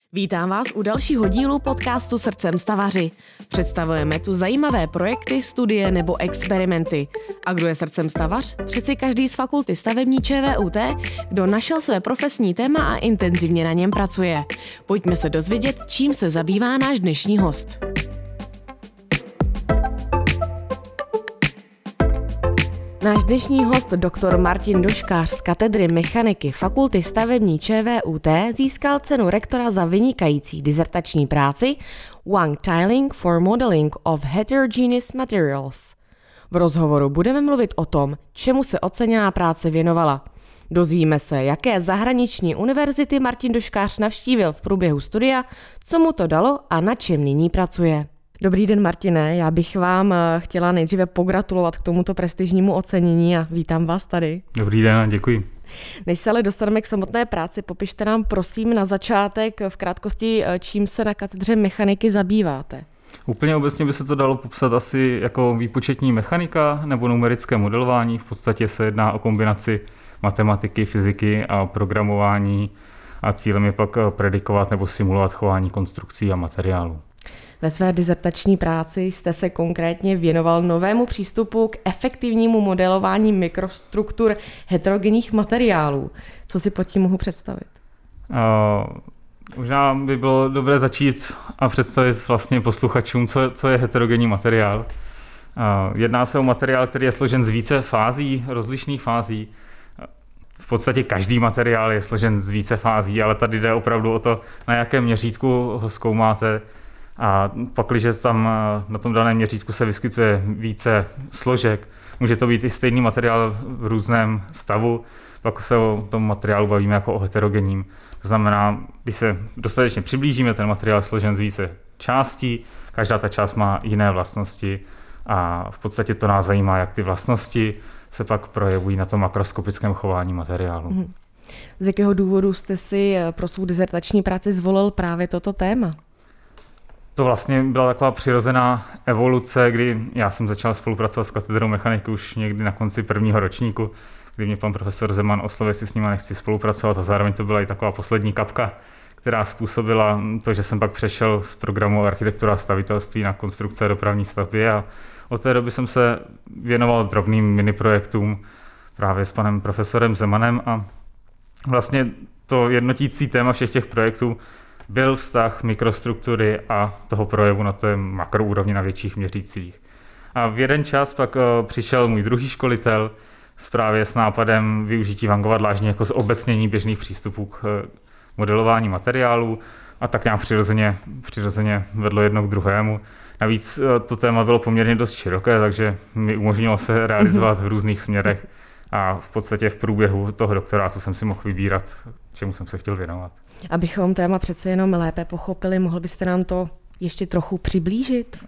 Vítám vás u dalšího dílu podcastu Srdcem stavaři. Představujeme tu zajímavé projekty, studie nebo experimenty. A kdo je srdcem stavař? Přeci každý z fakulty stavební ČVUT, kdo našel své profesní téma a intenzivně na něm pracuje. Pojďme se dozvědět, čím se zabývá náš dnešní host. Náš dnešní host, doktor Martin Doškář z katedry mechaniky Fakulty stavební ČVUT, získal cenu rektora za vynikající dizertační práci Wang Tiling for Modeling of Heterogeneous Materials. V rozhovoru budeme mluvit o tom, čemu se oceněná práce věnovala. Dozvíme se, jaké zahraniční univerzity Martin Doškář navštívil v průběhu studia, co mu to dalo a na čem nyní pracuje. Dobrý den, Martine, já bych vám chtěla nejdříve pogratulovat k tomuto prestižnímu ocenění a vítám vás tady. Dobrý den a děkuji. Než se ale dostaneme k samotné práci, popište nám prosím na začátek v krátkosti, čím se na katedře mechaniky zabýváte. Úplně obecně by se to dalo popsat asi jako výpočetní mechanika nebo numerické modelování. V podstatě se jedná o kombinaci matematiky, fyziky a programování a cílem je pak predikovat nebo simulovat chování konstrukcí a materiálů. Ve své dizertační práci jste se konkrétně věnoval novému přístupu k efektivnímu modelování mikrostruktur heterogenních materiálů. Co si pod tím mohu představit? Možná by bylo dobré začít a představit vlastně posluchačům, co je heterogenní materiál. Jedná se o materiál, který je složen z více fází, rozlišných fází. V podstatě každý materiál je složen z více fází, ale tady jde opravdu o to, na jakém měřítku ho zkoumáte. A pak, když tam na tom daném měřítku se vyskytuje více složek, může to být i stejný materiál v různém stavu, pak se o tom materiálu bavíme jako o heterogenním. To znamená, když se dostatečně přiblížíme, ten materiál je složen z více částí, každá ta část má jiné vlastnosti a v podstatě to nás zajímá, jak ty vlastnosti se pak projevují na tom makroskopickém chování materiálu. Z jakého důvodu jste si pro svou dizertační práci zvolil právě toto téma? To vlastně byla taková přirozená evoluce, kdy já jsem začal spolupracovat s katedrou mechaniky už někdy na konci prvního ročníku, kdy mě pan profesor Zeman oslovil, jestli s nima nechci spolupracovat a zároveň to byla i taková poslední kapka, která způsobila to, že jsem pak přešel z programu architektura a stavitelství na konstrukce a dopravní stavby a od té doby jsem se věnoval drobným miniprojektům právě s panem profesorem Zemanem a vlastně to jednotící téma všech těch projektů byl vztah mikrostruktury a toho projevu na té makroúrovni na větších měřících. A v jeden čas pak přišel můj druhý školitel právě s nápadem využití Wangova dláždění jako zobecnění běžných přístupů k modelování materiálů a tak nějak přirozeně vedlo jedno k druhému. Navíc to téma bylo poměrně dost široké, takže mi umožnilo se realizovat v různých směrech a v podstatě v průběhu toho doktorátu jsem si mohl vybírat, čemu jsem se chtěl věnovat. Abychom téma přece jenom lépe pochopili, mohl byste nám to ještě trochu přiblížit?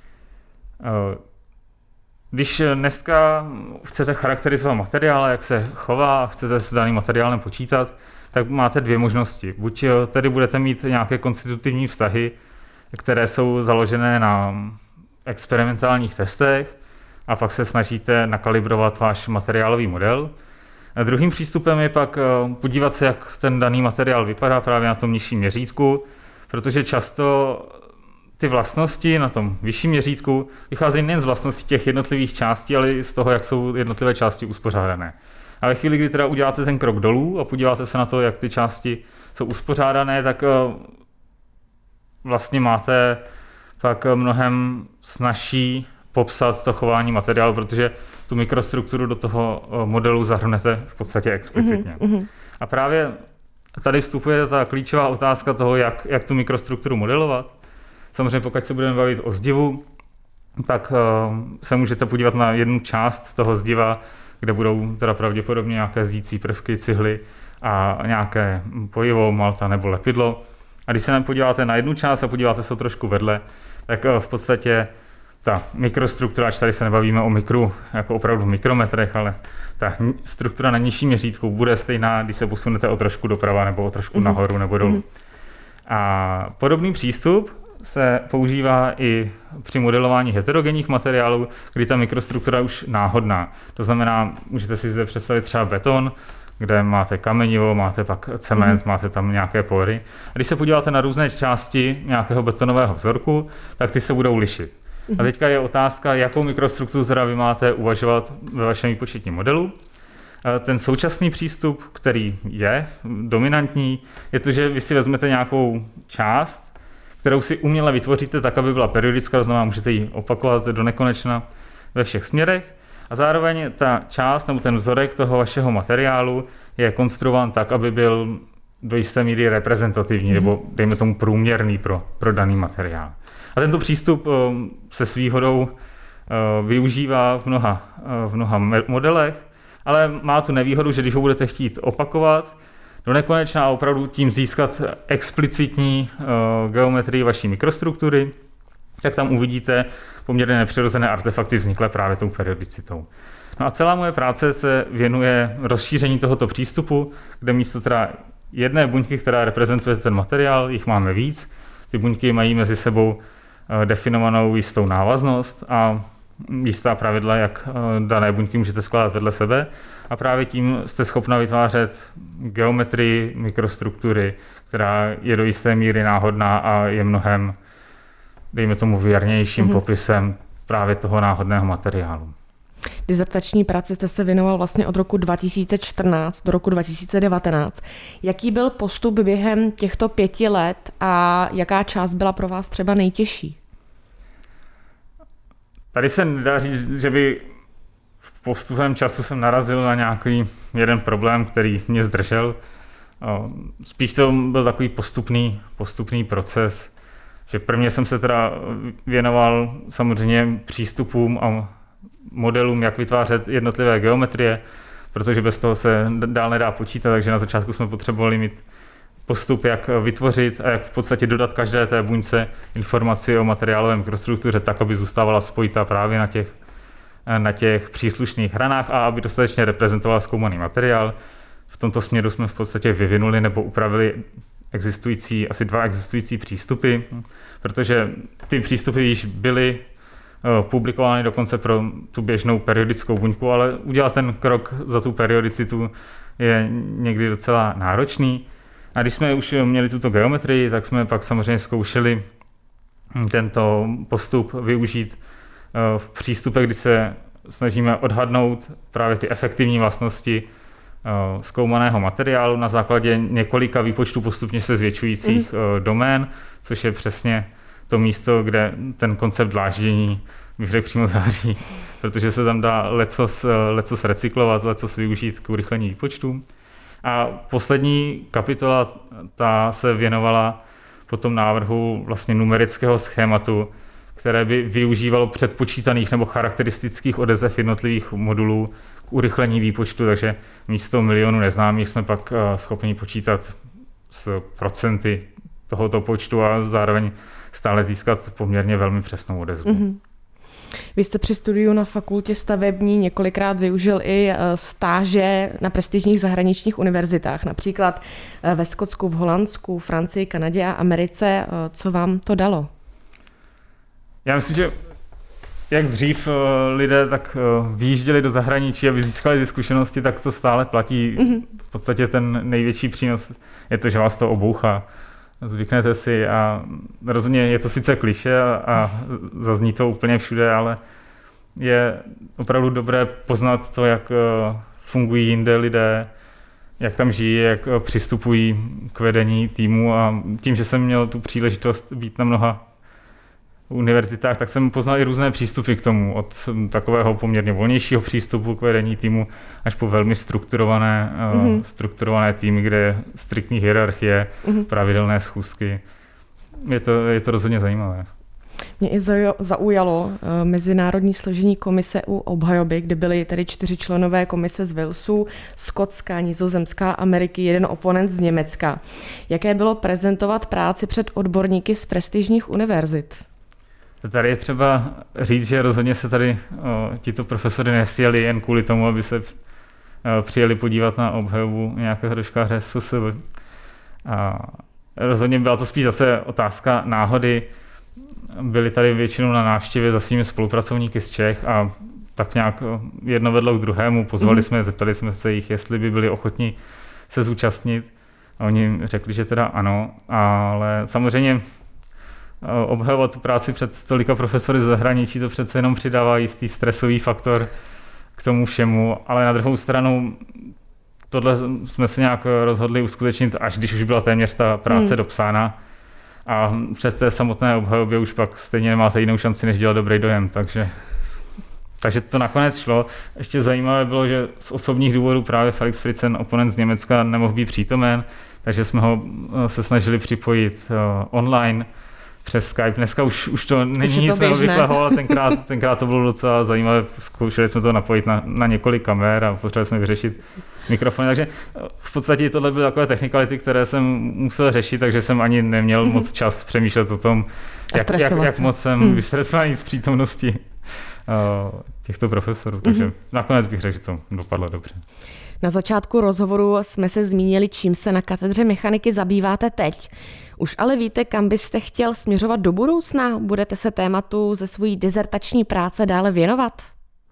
Když dneska chcete charakterizovat materiál, jak se chová a chcete s daným materiálem počítat, tak máte dvě možnosti. Buď tedy budete mít nějaké konstitutivní vztahy, které jsou založené na experimentálních testech a pak se snažíte nakalibrovat váš materiálový model. A druhým přístupem je pak podívat se, jak ten daný materiál vypadá právě na tom nižším měřítku, protože často ty vlastnosti na tom vyšším měřítku vycházejí nejen z vlastností těch jednotlivých částí, ale i z toho, jak jsou jednotlivé části uspořádané. A ve chvíli, kdy teda uděláte ten krok dolů a podíváte se na to, jak ty části jsou uspořádané, tak vlastně máte pak mnohem snazší popsat to chování materiálu, protože tu mikrostrukturu do toho modelu zahrnete v podstatě explicitně. A právě tady vstupuje ta klíčová otázka toho, jak tu mikrostrukturu modelovat. Samozřejmě pokud se budeme bavit o zdivu, tak se můžete podívat na jednu část toho zdiva, kde budou teda pravděpodobně nějaké zdící prvky, cihly a nějaké pojivo, malta nebo lepidlo. A když se podíváte na jednu část a podíváte se trošku vedle, tak v podstatě ta mikrostruktura, až tady se nebavíme o mikru, jako opravdu v mikrometrech, ale ta struktura na nižším měřítku bude stejná, když se posunete o trošku doprava nebo o trošku nahoru nebo dolů. A podobný přístup se používá i při modelování heterogenních materiálů, kdy ta mikrostruktura je už náhodná. To znamená, můžete si zde představit třeba beton, kde máte kamenivo, máte pak cement, máte tam nějaké pory. A když se podíváte na různé části nějakého betonového vzorku, tak ty se budou lišit. A teďka je otázka, jakou mikrostrukturu teda vy máte uvažovat ve vašem výpočetním modelu. Ten současný přístup, který je dominantní, je to, že vy si vezmete nějakou část, kterou si uměle vytvoříte tak, aby byla periodická, to znamená, můžete ji opakovat do nekonečna ve všech směrech. A zároveň ta část nebo ten vzorek toho vašeho materiálu je konstruován tak, aby byl do jisté míry reprezentativní nebo dejme tomu průměrný pro daný materiál. A tento přístup se s výhodou využívá v mnoha modelech, ale má tu nevýhodu, že když ho budete chtít opakovat do nekonečna a opravdu tím získat explicitní geometrii vaší mikrostruktury, tak tam uvidíte poměrně nepřirozené artefakty vzniklé právě tou periodicitou. No a celá moje práce se věnuje rozšíření tohoto přístupu, kde místo teda jedné buňky, která reprezentuje ten materiál, jich máme víc. Ty buňky mají mezi sebou definovanou jistou návaznost a jistá pravidla, jak dané buňky můžete skládat vedle sebe. A právě tím jste schopna vytvářet geometrii mikrostruktury, která je do jisté míry náhodná a je mnohem, dejme tomu, věrnějším popisem právě toho náhodného materiálu. Dizertační práci jste se věnoval vlastně od roku 2014 do roku 2019. Jaký byl postup během těchto 5 let a jaká část byla pro vás třeba nejtěžší? Tady se nedá říct, že by v postupem času jsem narazil na nějaký jeden problém, který mě zdržel. Spíš to byl takový postupný proces, že prvně jsem se teda věnoval samozřejmě přístupům a modelům, jak vytvářet jednotlivé geometrie, protože bez toho se dál nedá počítat, takže na začátku jsme potřebovali mít postup, jak vytvořit a jak v podstatě dodat každé té buňce informaci o materiálové mikrostruktuře tak, aby zůstávala spojitá právě na těch příslušných hranách a aby dostatečně reprezentovala zkoumaný materiál. V tomto směru jsme v podstatě vyvinuli nebo upravili asi 2 existující přístupy, protože ty přístupy již byly publikovány dokonce pro tu běžnou periodickou buňku, ale udělat ten krok za tu periodicitu je někdy docela náročný. A když jsme už měli tuto geometrii, tak jsme pak samozřejmě zkoušeli tento postup využít v přístupech, kdy se snažíme odhadnout právě ty efektivní vlastnosti zkoumaného materiálu na základě několika výpočtů postupně se zvětšujících domén, což je přesně to místo, kde ten koncept dláždění přímo září, protože se tam dá lecos recyklovat, lecos využít k urychlení výpočtu. A poslední kapitola, ta se věnovala potom návrhu vlastně numerického schématu, které by využívalo předpočítaných nebo charakteristických odezev jednotlivých modulů k urychlení výpočtu, takže místo milionu neznámých jsme pak schopni počítat s procenty tohoto počtu a zároveň stále získat poměrně velmi přesnou odezvu. Vy jste při studiu na fakultě stavební několikrát využil i stáže na prestižních zahraničních univerzitách, například ve Skotsku, v Holandsku, Francii, Kanadě a Americe. Co vám to dalo? Já myslím, že jak dřív lidé tak vyjížděli do zahraničí, aby získali ty zkušenosti, tak to stále platí. V podstatě ten největší přínos je to, že vás to obouchá. Zvyknete si a rozhodně je to sice klišé a zazní to úplně všude, ale je opravdu dobré poznat to, jak fungují jinde lidé, jak tam žijí, jak přistupují k vedení týmu a tím, že jsem měl tu příležitost být na mnoha univerzitách, tak jsem poznal i různé přístupy k tomu, od takového poměrně volnějšího přístupu k vedení týmu až po velmi strukturované týmy, kde je striktní hierarchie, pravidelné schůzky. Je to rozhodně zajímavé. Mě i zaujalo mezinárodní složení komise u obhajoby, kde byly tedy 4 členové komise z Walesu, Skotska, Nizozemská, Ameriky, 1 oponent z Německa. Jaké bylo prezentovat práci před odborníky z prestižních univerzit? Tady je třeba říct, že rozhodně se tady tito profesory nesjeli jen kvůli tomu, aby se přijeli podívat na obhajobu nějakého doškaře z FSV. Rozhodně byla to spíš zase otázka náhody. Byli tady většinou na návštěvě za svými spolupracovníky z Čech a tak nějak jedno vedlo k druhému, pozvali jsme, zeptali jsme se jich, jestli by byli ochotní se zúčastnit. A oni řekli, že teda ano, ale samozřejmě obhajovat tu práci před tolika profesory z zahraničí to přece jenom přidává jistý stresový faktor k tomu všemu, ale na druhou stranu tohle jsme se nějak rozhodli uskutečnit, až když už byla téměř ta práce dopsána. A před té samotné obhajobě už pak stejně nemáte jinou šanci, než dělat dobrý dojem, takže to nakonec šlo. Ještě zajímavé bylo, že z osobních důvodů právě Felix Fritzen, oponent z Německa, nemohl být přítomen, takže jsme ho se snažili připojit online přes Skype. Dneska už to není nic neobvyklého, ale tenkrát to bylo docela zajímavé. Zkoušeli jsme to napojit na několik kamer a potřebovali jsme vyřešit mikrofony. Takže v podstatě tohle byly takové technikality, které jsem musel řešit, takže jsem ani neměl moc čas přemýšlet o tom, jak moc jsem vystresovaný z přítomnosti těchto profesorů. Takže nakonec bych řekl, že to dopadlo dobře. Na začátku rozhovoru jsme se zmínili, čím se na katedře mechaniky zabýváte teď. Už ale víte, kam byste chtěl směřovat do budoucna? Budete se tématu ze své dizertační práce dále věnovat?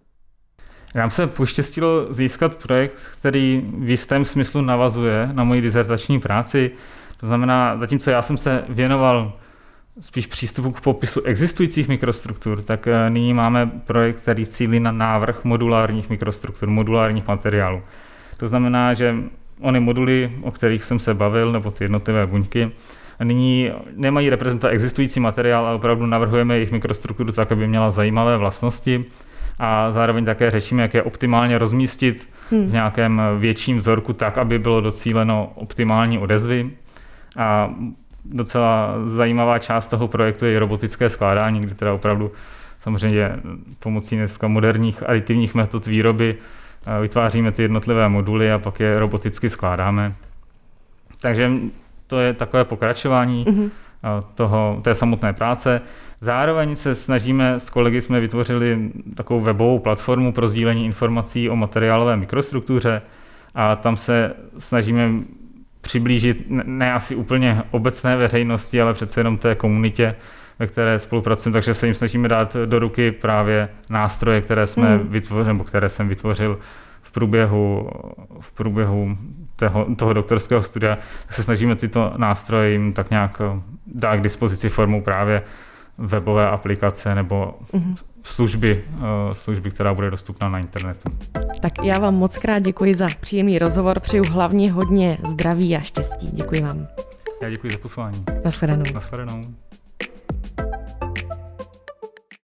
Nám se poštěstilo získat projekt, který v jistém smyslu navazuje na moji dizertační práci. To znamená, zatímco já jsem se věnoval spíš přístupu k popisu existujících mikrostruktur, tak nyní máme projekt, který cílí na návrh modulárních mikrostruktur, modulárních materiálů. To znamená, že ony moduly, o kterých jsem se bavil, nebo ty jednotlivé buňky, nyní nemají reprezentovat existující materiál, ale opravdu navrhujeme jejich mikrostrukturu tak, aby měla zajímavé vlastnosti a zároveň také řešíme, jak je optimálně rozmístit v nějakém větším vzorku tak, aby bylo docíleno optimální odezvy. A docela zajímavá část toho projektu je robotické skládání, kde teda opravdu samozřejmě pomocí dneska moderních aditivních metod výroby vytváříme ty jednotlivé moduly a pak je roboticky skládáme. Takže to je takové pokračování té samotné práce. Zároveň se snažíme, s kolegy jsme vytvořili takovou webovou platformu pro sdílení informací o materiálové mikrostruktuře a tam se snažíme přiblížit ne asi úplně obecné veřejnosti, ale přece jenom té komunitě, ve které spolupracujeme, takže se jim snažíme dát do ruky právě nástroje, které jsme vytvořili, nebo které jsem vytvořil v průběhu toho doktorského studia, tak se snažíme tyto nástroje jim tak nějak dát k dispozici formou právě webové aplikace nebo služby, která bude dostupná na internetu. Tak já vám moc krát děkuji za příjemný rozhovor, přeju hlavně hodně zdraví a štěstí. Děkuji vám. Já děkuji za pozvání. Nashledanou. Nashledanou.